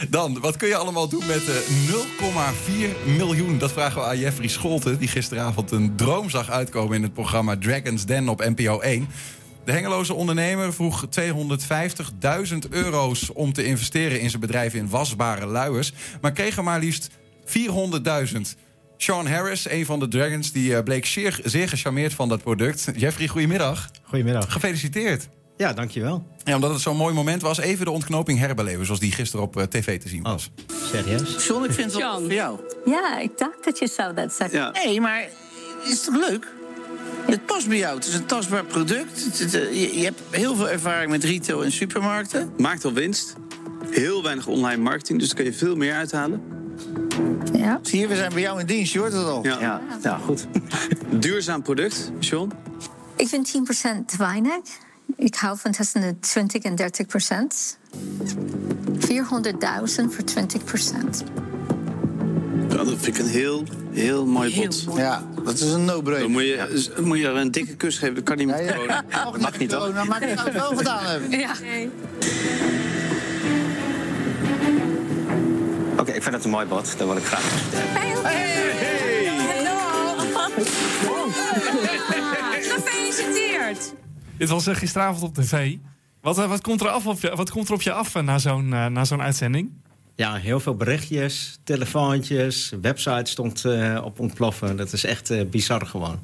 Dan, wat kun je allemaal doen met 0,4 miljoen? Dat vragen we aan Jeffrey Scholten, die gisteravond een droom zag uitkomen in het programma Dragon's Den op NPO 1. De Hengeloze ondernemer vroeg 250.000 euro's om te investeren in zijn bedrijf in wasbare luiers, maar kreeg er maar liefst 400.000. Sean Harris, een van de Dragons, die bleek zeer gecharmeerd van dat product. Jeffrey, goedemiddag. Goedemiddag. Gefeliciteerd. Ja, dankjewel. Ja, omdat het zo'n mooi moment was, even de ontknoping herbeleven, zoals die gisteren op tv te zien was. Serieus? Sean, ik vind het wel voor jou. Ja, ik dacht dat je zou dat zeggen. Ja. Nee, maar is toch leuk? Het past bij jou. Het is een tastbaar product. Je hebt heel veel ervaring met retail en supermarkten. Maakt al winst. Heel weinig online marketing, dus daar kun je veel meer uithalen. Ja. Zie je, we zijn bij jou in dienst, je hoort het al. Ja, goed. Duurzaam product, Sean? Ik vind 10% te weinig. Ik hou van tussen de 20 en 30%. 400.000 voor 20%. Ja, dat vind ik een heel mooi bod. Ja, dat is een no-brainer. Dan moet je er een dikke kus geven, dat kan niet met corona. Dat mag niet, toch? Maar ik zou het wel gedaan hebben. Ja. Oké, ik vind het een mooi bod. Daar wil ik graag. Gefeliciteerd! Dit was gisteravond op tv. Wat komt er op je af na zo'n uitzending? Ja, heel veel berichtjes, telefoontjes, website stond op ontploffen. Dat is echt bizar gewoon.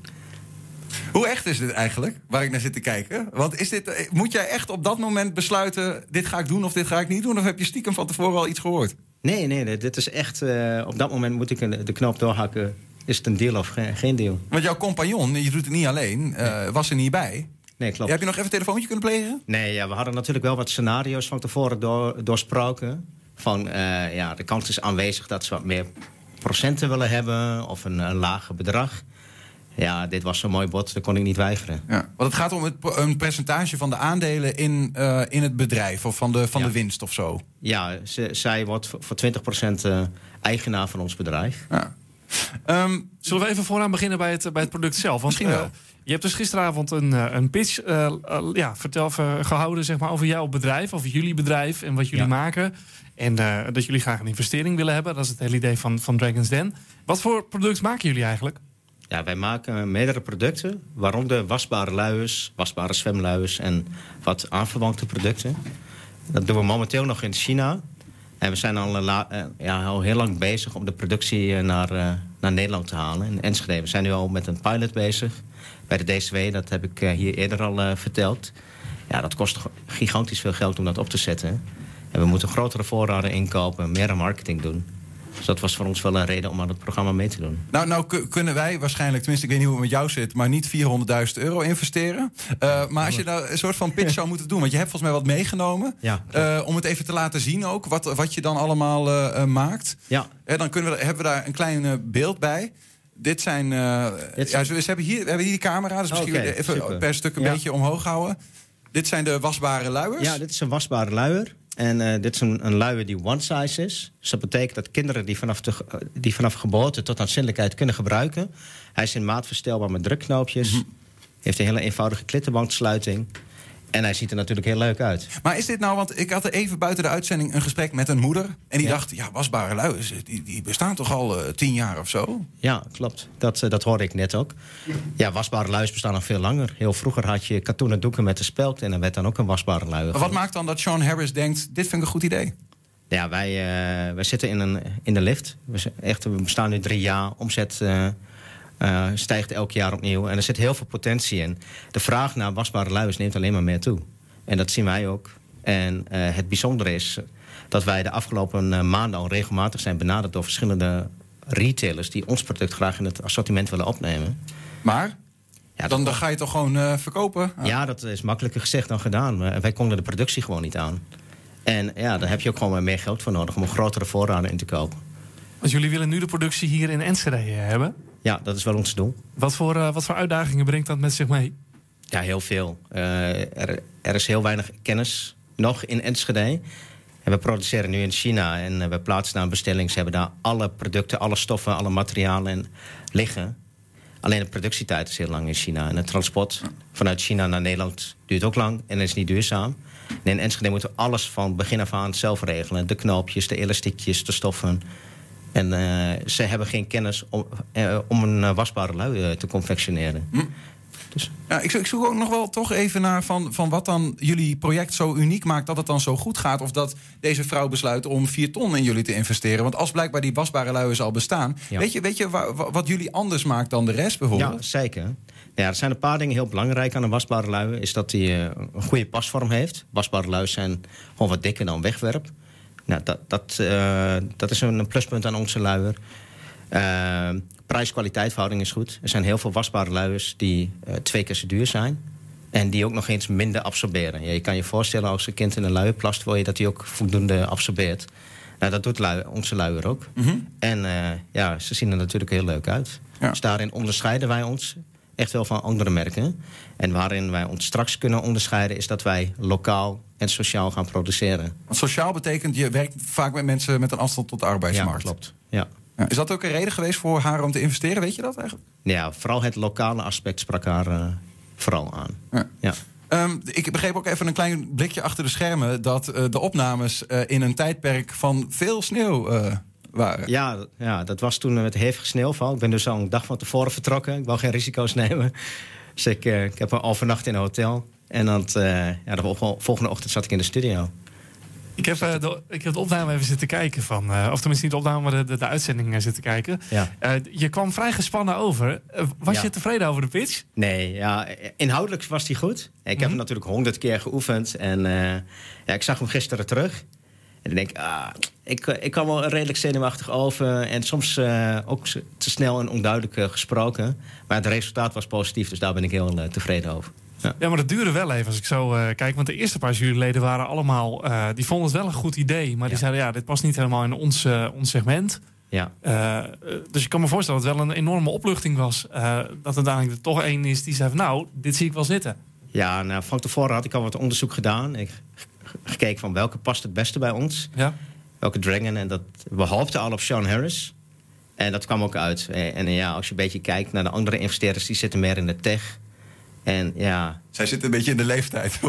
Hoe echt is dit eigenlijk, waar ik naar zit te kijken? Want moet jij echt op dat moment besluiten, dit ga ik doen of dit ga ik niet doen? Of heb je stiekem van tevoren al iets gehoord? Nee, dit is echt... op dat moment moet ik de knop doorhakken. Is het een deal of geen deal? Want jouw compagnon, je doet het niet alleen, was er niet bij. Nee, klopt. Heb je nog even een telefoontje kunnen plegen? Nee, ja, we hadden natuurlijk wel wat scenario's van tevoren doorsproken. Van, de kans is aanwezig dat ze wat meer procenten willen hebben of een lager bedrag. Ja, dit was zo'n mooi bod, dat kon ik niet weigeren. Ja, want het gaat om een percentage van de aandelen in het bedrijf of van de winst of zo. Ja, zij wordt voor 20% eigenaar van ons bedrijf. Ja. Zullen we even vooraan beginnen bij het product zelf? Want, misschien wel. Je hebt dus gisteravond een pitch gehouden, zeg maar, over jouw bedrijf, over jullie bedrijf en wat jullie maken. En dat jullie graag een investering willen hebben. Dat is het hele idee van Dragon's Den. Wat voor product maken jullie eigenlijk? Ja, wij maken meerdere producten, waaronder wasbare luiers, wasbare zwemluiers en wat aanverwante producten. Dat doen we momenteel nog in China. En we zijn al heel lang bezig om de productie naar Nederland te halen, in Enschede. We zijn nu al met een pilot bezig bij de DCW, dat heb ik hier eerder al verteld. Ja, dat kost gigantisch veel geld om dat op te zetten. En we moeten grotere voorraden inkopen, meer aan marketing doen. Dus dat was voor ons wel een reden om aan het programma mee te doen. Nou kunnen wij waarschijnlijk, tenminste ik weet niet hoe het met jou zit, maar niet 400.000 euro investeren. Maar als je nou een soort van pitch zou moeten doen, want je hebt volgens mij wat meegenomen. Ja, om het even te laten zien ook, wat je dan allemaal maakt. Ja. Dan hebben we daar een klein beeld bij. Dit zijn... we hebben hier die camera, dus misschien even super. Per stuk een beetje omhoog houden. Dit zijn de wasbare luiers. Ja, dit is een wasbare luier. En dit is een luier die one size is. Dus dat betekent dat kinderen die vanaf geboorte tot aanzienlijkheid kunnen gebruiken. Hij is in maat verstelbaar met drukknoopjes. Heeft een hele eenvoudige klittenbandsluiting. En hij ziet er natuurlijk heel leuk uit. Maar is dit nou, want ik had er even buiten de uitzending een gesprek met een moeder. En die dacht, wasbare luiers, die bestaan toch al 10 jaar of zo? Ja, klopt. Dat hoorde ik net ook. Ja, wasbare luiers bestaan nog veel langer. Heel vroeger had je katoenen doeken met de speld en dan werd dan ook een wasbare luier. Maar wat maakt dan dat Sean Harris denkt, dit vind ik een goed idee? Ja, wij zitten in de lift. We bestaan nu 3 jaar. Omzet stijgt elk jaar opnieuw. En er zit heel veel potentie in. De vraag naar wasbare luiers neemt alleen maar meer toe. En dat zien wij ook. En het bijzondere is dat wij de afgelopen maanden al regelmatig zijn benaderd door verschillende retailers die ons product graag in het assortiment willen opnemen. Maar? Ja, dan ga je toch gewoon verkopen? Ja, dat is makkelijker gezegd dan gedaan. Wij konden de productie gewoon niet aan. En ja, daar heb je ook gewoon meer geld voor nodig om grotere voorraden in te kopen. Want jullie willen nu de productie hier in Enschede hebben? Ja, dat is wel ons doel. Wat voor uitdagingen brengt dat met zich mee? Ja, heel veel. Er is heel weinig kennis nog in Enschede. En we produceren nu in China en we plaatsen daar een bestelling. Ze hebben daar alle producten, alle stoffen, alle materialen liggen. Alleen de productietijd is heel lang in China. En het transport vanuit China naar Nederland duurt ook lang en is niet duurzaam. En in Enschede moeten we alles van begin af aan zelf regelen. De knoopjes, de elastiekjes, de stoffen. En ze hebben geen kennis om een wasbare lui te confectioneren. Dus. Ja, ik zoek ook nog wel toch even naar van wat dan jullie project zo uniek maakt... dat het dan zo goed gaat. Of dat deze vrouw besluit om 4 ton in jullie te investeren. Want als blijkbaar die wasbare luiers al bestaan... Ja. Weet je wat jullie anders maakt dan de rest bijvoorbeeld? Ja, zeker. Ja, er zijn een paar dingen heel belangrijk aan een wasbare luier. Is dat die een goede pasvorm heeft. Wasbare luiers zijn gewoon wat dikker dan wegwerp. Nou, dat is een pluspunt aan onze luier. Prijs-kwaliteit-verhouding is goed. Er zijn heel veel wasbare luiers die 2 keer zo duur zijn. En die ook nog eens minder absorberen. Ja, je kan je voorstellen als een kind in een luier plast... wil je dat hij ook voldoende absorbeert. Nou, dat doet onze luier ook. En ze zien er natuurlijk heel leuk uit. Ja. Dus daarin onderscheiden wij ons echt wel van andere merken. En waarin wij ons straks kunnen onderscheiden... is dat wij lokaal en sociaal gaan produceren. Want sociaal betekent, je werkt vaak met mensen... met een afstand tot de arbeidsmarkt. Ja, klopt. Ja. Ja. Is dat ook een reden geweest voor haar om te investeren? Weet je dat eigenlijk? Ja, vooral het lokale aspect sprak haar vooral aan. Ja. Ik begreep ook even een klein blikje achter de schermen... dat de opnames in een tijdperk van veel sneeuw waren. Ja, dat was toen met hevige sneeuwval. Ik ben dus al een dag van tevoren vertrokken. Ik wou geen risico's nemen. Dus ik heb overnacht in een hotel. En dan, de volgende ochtend zat ik in de studio. Ik heb de opname even zitten kijken van... of tenminste niet de opname, maar de uitzending zitten kijken. Ja. Je kwam vrij gespannen over. Was je tevreden over de pitch? Nee, ja, inhoudelijk was die goed. Ik heb hem natuurlijk 100 keer geoefend. En ik zag hem gisteren terug. En ik denk, ik kwam wel redelijk zenuwachtig over. En soms ook te snel en onduidelijk gesproken. Maar het resultaat was positief, dus daar ben ik heel tevreden over. Ja, maar dat duurde wel even als ik zo kijk. Want de eerste paar juryleden waren allemaal... die vonden het wel een goed idee. Maar die zeiden, dit past niet helemaal in ons segment. Ja. Dus ik kan me voorstellen dat het wel een enorme opluchting was. Dat uiteindelijk er toch één is die zei van... dit zie ik wel zitten. Ja, nou, van tevoren had ik al wat onderzoek gedaan. Ik gekeken van welke past het beste bij ons. Ja. Welke Dragon. En we hoopten al op Sean Harris. En dat kwam ook uit. En als je een beetje kijkt naar de andere investeerders... die zitten meer in de tech... En ja... Zij zit een beetje in de leeftijd.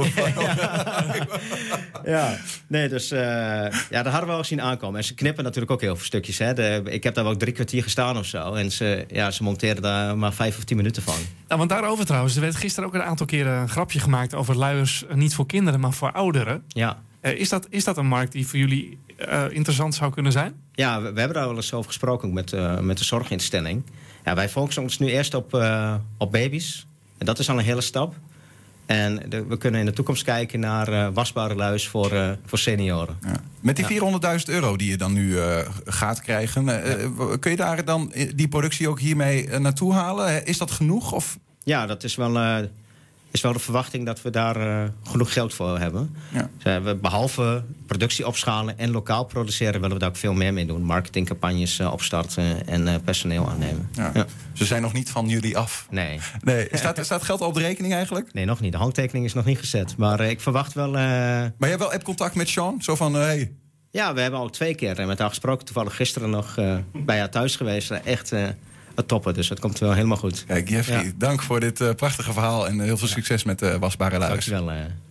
Dus daar hadden we al zien aankomen. En ze knippen natuurlijk ook heel veel stukjes. Hè. Ik heb daar wel 3 kwartier gestaan of zo. En ze monteren daar maar 5 of 10 minuten van. Nou, want daarover trouwens, er werd gisteren ook een aantal keren een grapje gemaakt... over luiers niet voor kinderen, maar voor ouderen. Ja. Is dat een markt die voor jullie interessant zou kunnen zijn? Ja, we hebben daar wel eens over gesproken met de zorginstelling. Ja, wij focussen ons nu eerst op baby's. En dat is al een hele stap. En we kunnen in de toekomst kijken naar wasbare luiers voor senioren. Ja. Met die €400.000 die je dan nu gaat krijgen... kun je daar dan die productie ook hiermee naartoe halen? Is dat genoeg? Of? Ja, dat is wel de verwachting dat we daar genoeg geld voor hebben. Ja. Dus, behalve productie opschalen en lokaal produceren... willen we daar ook veel meer mee doen. Marketingcampagnes opstarten en personeel aannemen. Ja. Ja. Ze zijn nog niet van jullie af? Nee. Staat geld al op de rekening eigenlijk? Nee, nog niet. De handtekening is nog niet gezet. Maar ik verwacht wel... Maar je hebt wel appcontact met Sean? Zo van, hey. Ja, we hebben al 2 keer met haar gesproken. Toevallig gisteren nog bij haar thuis geweest. Echt... toppen, dus dat komt wel helemaal goed. Kijk, Jeffrey, dank voor dit prachtige verhaal... en heel veel succes met wasbare luiers. Dankjewel.